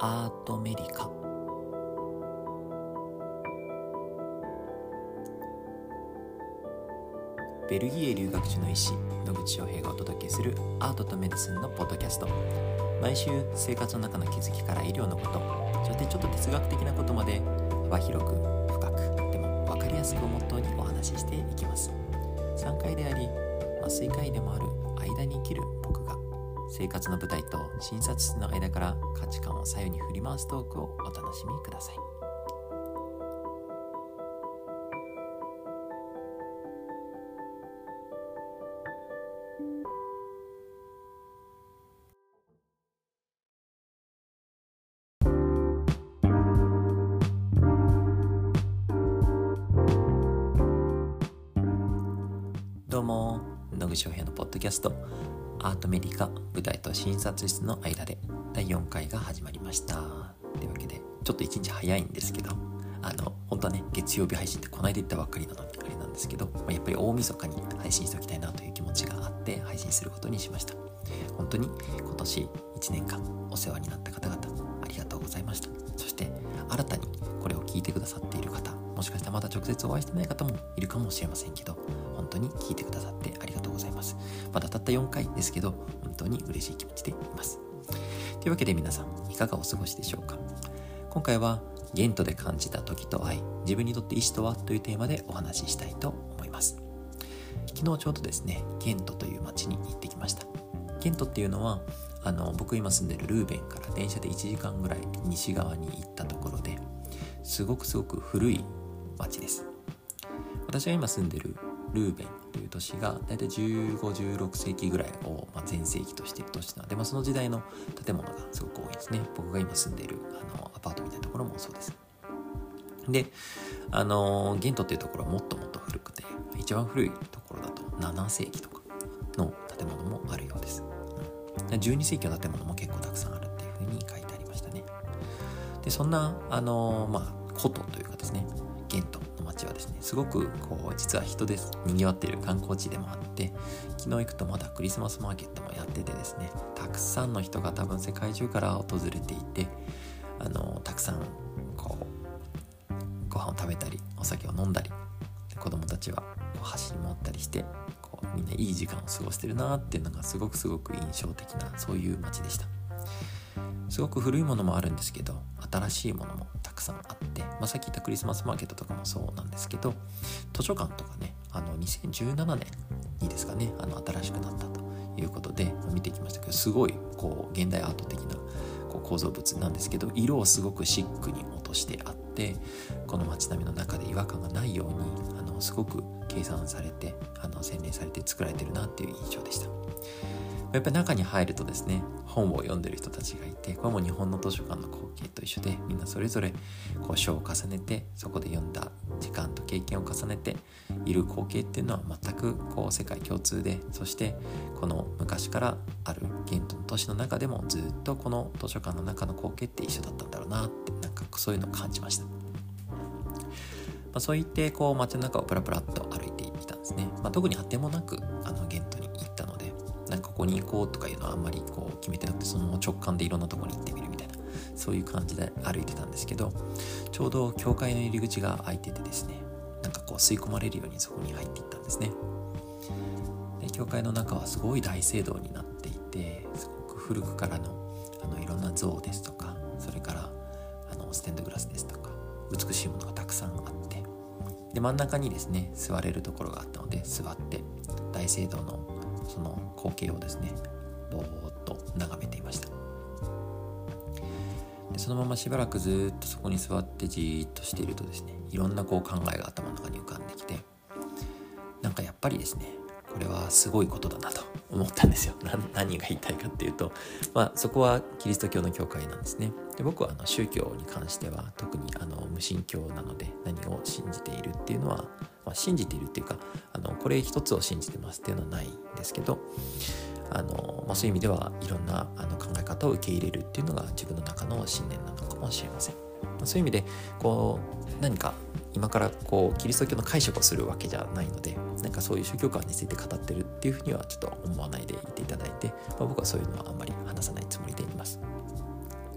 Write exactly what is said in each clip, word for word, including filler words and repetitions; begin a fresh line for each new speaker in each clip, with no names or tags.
アートメリカ。ベルギーへ留学中の医師野口翔平がお届けするアートとメディスンのポッドキャスト。毎週生活の中の気づきから医療のこと、そしてちょっと哲学的なことまで幅広く深くでも分かりやすくをモットーにお話ししていきます。さんかいであり麻酔科医でもある間に生きる僕が生活の舞台と診察室の間から価値観を左右に振り回すトークをお楽しみください。どうも、野口翔平のポッドキャストアートメディカ舞台と診察室の間でだいよんかいが始まりました。というわけでちょっと一日早いんですけど、あの本当はね月曜日配信ってこの間言ったばっかりなのにあれなんですけど、まあ、やっぱり大晦日に配信しておきたいなという気持ちがあって配信することにしました。本当に今年いちねんかんお世話になった方々ありがとうございました。そして新たにこれを聞いてくださっている方、もしかしたらまだ直接お会いしてない方もいるかもしれませんけど、本当に聞いてくださってありがとうございます。まだたったよんかいですけど本当に嬉しい気持ちでいます。というわけで皆さんいかがお過ごしでしょうか。今回はゲントで感じた時と愛、自分にとって医師とはというテーマでお話ししたいと思います。昨日ちょうどですねゲントという町に行ってきました。ゲントっていうのはあの僕今住んでるルーベンから電車でいちじかんぐらい西側に行ったところですごくすごく古い町です。私が今住んでるルーベンという都市がだいたいじゅうご、じゅうろくせいきぐらいを全盛期としている都市なので、まあ、その時代の建物がすごく多いですね。僕が今住んでいるあのアパートみたいなところもそうです。で、あのゲントっていうところはもっともっと古くて、一番古いところだとななせいきとかの建物もあるようです。じゅうにせいきの建物も結構たくさんあるっていうふうに書いてありましたね。で、そんなあのまあ古都というかですね、ゲントの街はですね、すごくこう実は人で賑わっている観光地でもあって、昨日行くとまだクリスマスマーケットもやっててですね、たくさんの人が多分世界中から訪れていて、あのたくさんこうご飯を食べたりお酒を飲んだり、子供たちはこう走り回ったりしてこうみんないい時間を過ごしてるなっていうのがすごくすごく印象的なそういう街でした。すごく古いものもあるんですけど新しいものもたくさんあって、まあ、さっき言ったクリスマスマーケットとかもそうなんですけど、図書館とかね、あのにせんじゅうななねんにですかね、あの新しくなったということで見てきましたけど、すごいこう現代アート的なこう構造物なんですけど、色をすごくシックに落としてあって、この街並みの中で違和感がないようにあのすごく計算されてあの洗練されて作られてるなっていう印象でした。やっぱり中に入るとですね、本を読んでる人たちがいて、これも日本の図書館の光景と一緒で、みんなそれぞれこう書を重ねて、そこで読んだ時間と経験を重ねている光景っていうのは全くこう世界共通で、そしてこの昔からあるゲントの都市の中でもずっとこの図書館の中の光景って一緒だったんだろうなって、なんかそういうのを感じました。まあ、そう言ってこう街の中をプラプラっと歩いていたんですね。まあ、特にあてもなくあのゲントに行ったので、なんかここに行こうとかいうのはあんまりこう決めてなくて、その直感でいろんなところに行ってみるみたいな、そういう感じで歩いてたんですけど、ちょうど教会の入り口が開いててですね、なんかこう吸い込まれるようにそこに入っていったんですね。で、教会の中はすごい大聖堂になっていて、すごく古くからのあのいろんな像ですとか、それからあのステンドグラスですとか美しいものがたくさんあって、で真ん中にですね座れるところがあったので座って大聖堂のその光景をですねぼーっと眺めていました。でそのまましばらくずっとそこに座ってじーっとしているとですね、いろんなこう考えが頭の中に浮かんできて、なんかやっぱりですね、これはすごいことだなと思ったんですよ。な何が言いたいかっていうと、まあそこはキリスト教の教会なんですね。で僕はあの宗教に関しては特にあの無神教なので、何を信じているっていうのは、まあ、信じているっていうかあのこれ一つを信じてますっていうのはないんですけど、あの、まあ、そういう意味ではいろんなあの考え方を受け入れるっていうのが自分の中の信念なのかもしれません。そういう意味でこう何か今からこうキリスト教の解釈をするわけじゃないので、なんかそういう宗教観について語ってるっていうふうにはちょっと思わないでいていただいて、まあ、僕はそういうのはあんまり話さないつもりでいます。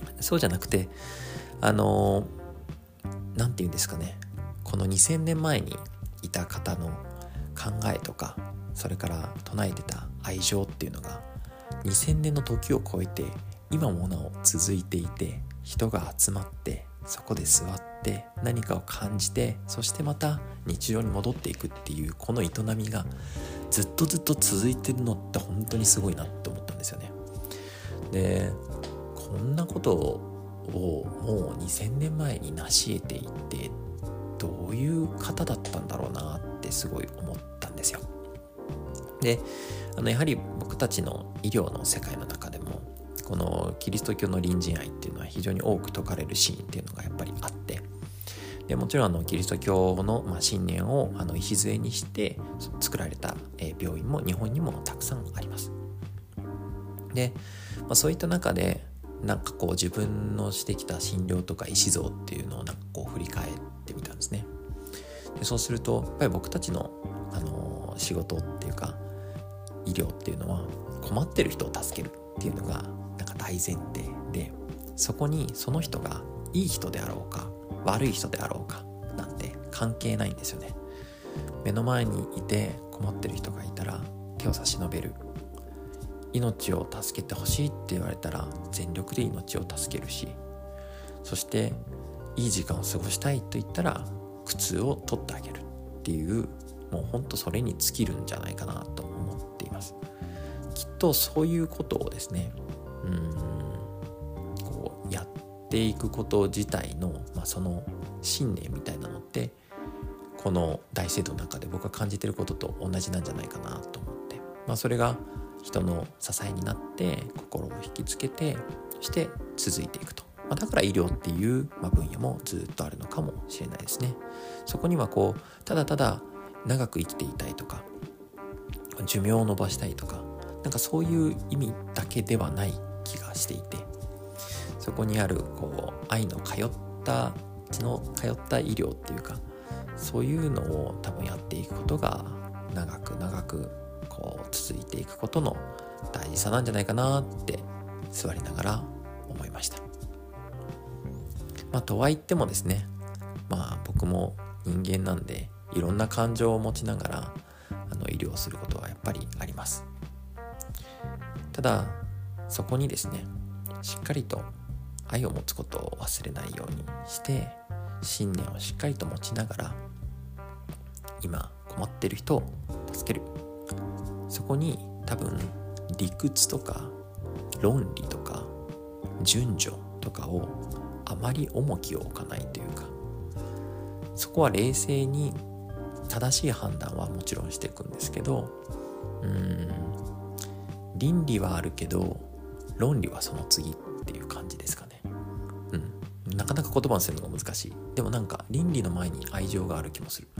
そうじゃなくて、あのなんて言うんですかね、このにせんねんまえにいた方の考えとか、それから唱えてた愛情っていうのがにせんねんの時を超えて今もなお続いていて、人が集まってそこで座って何かを感じて、そしてまた日常に戻っていくっていうこの営みがずっとずっと続いてるのって本当にすごいなって思ったんですよね。で、こんなことをもうにせんねんまえに成し得ていて、どういう方だったんだろうなってすごい思ったんですよ。で、あのやはり僕たちの医療の世界の中でもこのキリスト教の隣人愛っていうのは非常に多く説かれるシーンっていうのがやっぱりあって、でもちろんあのキリスト教のまあ信念をあの礎にして作られた病院も日本にもたくさんあります。で、まあ、そういった中でなんかこう自分のしてきた診療とか医師像っていうのをなんかこう振り返ってみたんですね。でそうするとやっぱり僕たちの、あのー、仕事っていうか医療っていうのは困ってる人を助けるっていうのがなんか大前提で、そこにその人がいい人であろうか悪い人であろうかなんて関係ないんですよね。目の前にいて困ってる人がいたら手を差し伸べる、命を助けてほしいって言われたら全力で命を助けるし、そしていい時間を過ごしたいと言ったら苦痛を取ってあげるっていう、もうほんとそれに尽きるんじゃないかなと思っています。きっとそういうことをですね、うーんこうやっていくこと自体の、まあ、その信念みたいなのってこの大聖堂の中で僕が感じていることと同じなんじゃないかなと思って、まあ、それが人の支えになって心を引きつけてして続いていくと、まあ、だから医療っていう、まあ、分野もずっとあるのかもしれないですね。そこにはこうただただ長く生きていたいとか寿命を伸ばしたいとか、なんかそういう意味だけではない気がしていて、そこにあるこう愛の通った血の通った医療っていうか、そういうのを多分やっていくことが長く長くこう続いていくことの大事さなんじゃないかなって座りながら思いました。まあとは言ってもですね、まあ僕も人間なんでいろんな感情を持ちながらあの医療をすることはやっぱりあります。ただそこにですね、しっかりと愛を持つことを忘れないようにして信念をしっかりと持ちながら今困っている人を助ける、そこに多分理屈とか論理とか順序とかをあまり重きを置かないというか、そこは冷静に正しい判断はもちろんしていくんですけど、うーん倫理はあるけど論理はその次っていう感じですかね。うん、なかなか言葉にするのが難しい。でもなんか倫理の前に愛情がある気もする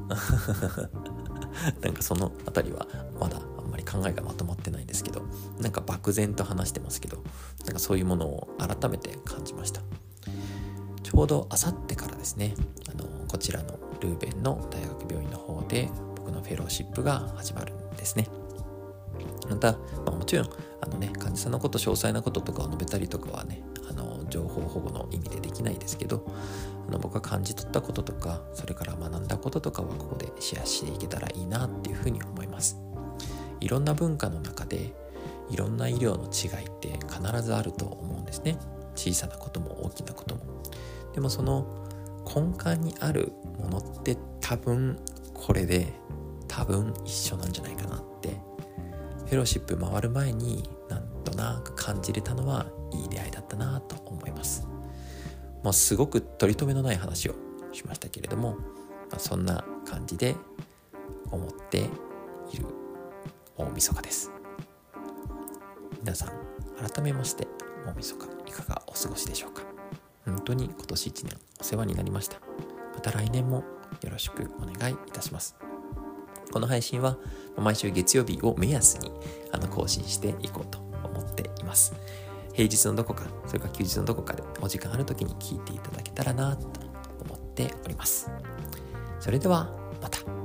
なんかそのあたりはまだあんまり考えがまとまってないんですけど、なんか漠然と話してますけど、なんかそういうものを改めて感じました。ちょうどあさってからですね、あのこちらのルーベンの大学病院の方で僕のフェローシップが始まるんですね。また、まあ、もちろんあのね患者さんのこと詳細なこととかを述べたりとかはね、あの情報保護の意味でできないですけど、あの僕が感じ取ったこととかそれから学んだこととかはここでシェアしていけたらいいなっていうふうに思います。いろんな文化の中でいろんな医療の違いって必ずあると思うんですね。小さなことも大きなことも。でもその根幹にあるものって多分これで多分一緒なんじゃないかなってフェローシップ回る前になんとなく感じれたのはいい出会いだったなと思います。まあ、すごく取り留めのない話をしましたけれども、まあ、そんな感じで思っている大晦日です。皆さん改めまして大晦日いかがお過ごしでしょうか。本当に今年いちねんお世話になりました。また来年もよろしくお願いいたします。この配信は毎週月曜日を目安にあの更新していこうと思っています。平日のどこか、それから休日のどこかでお時間ある時に聞いていただけたらなと思っております。それではまた。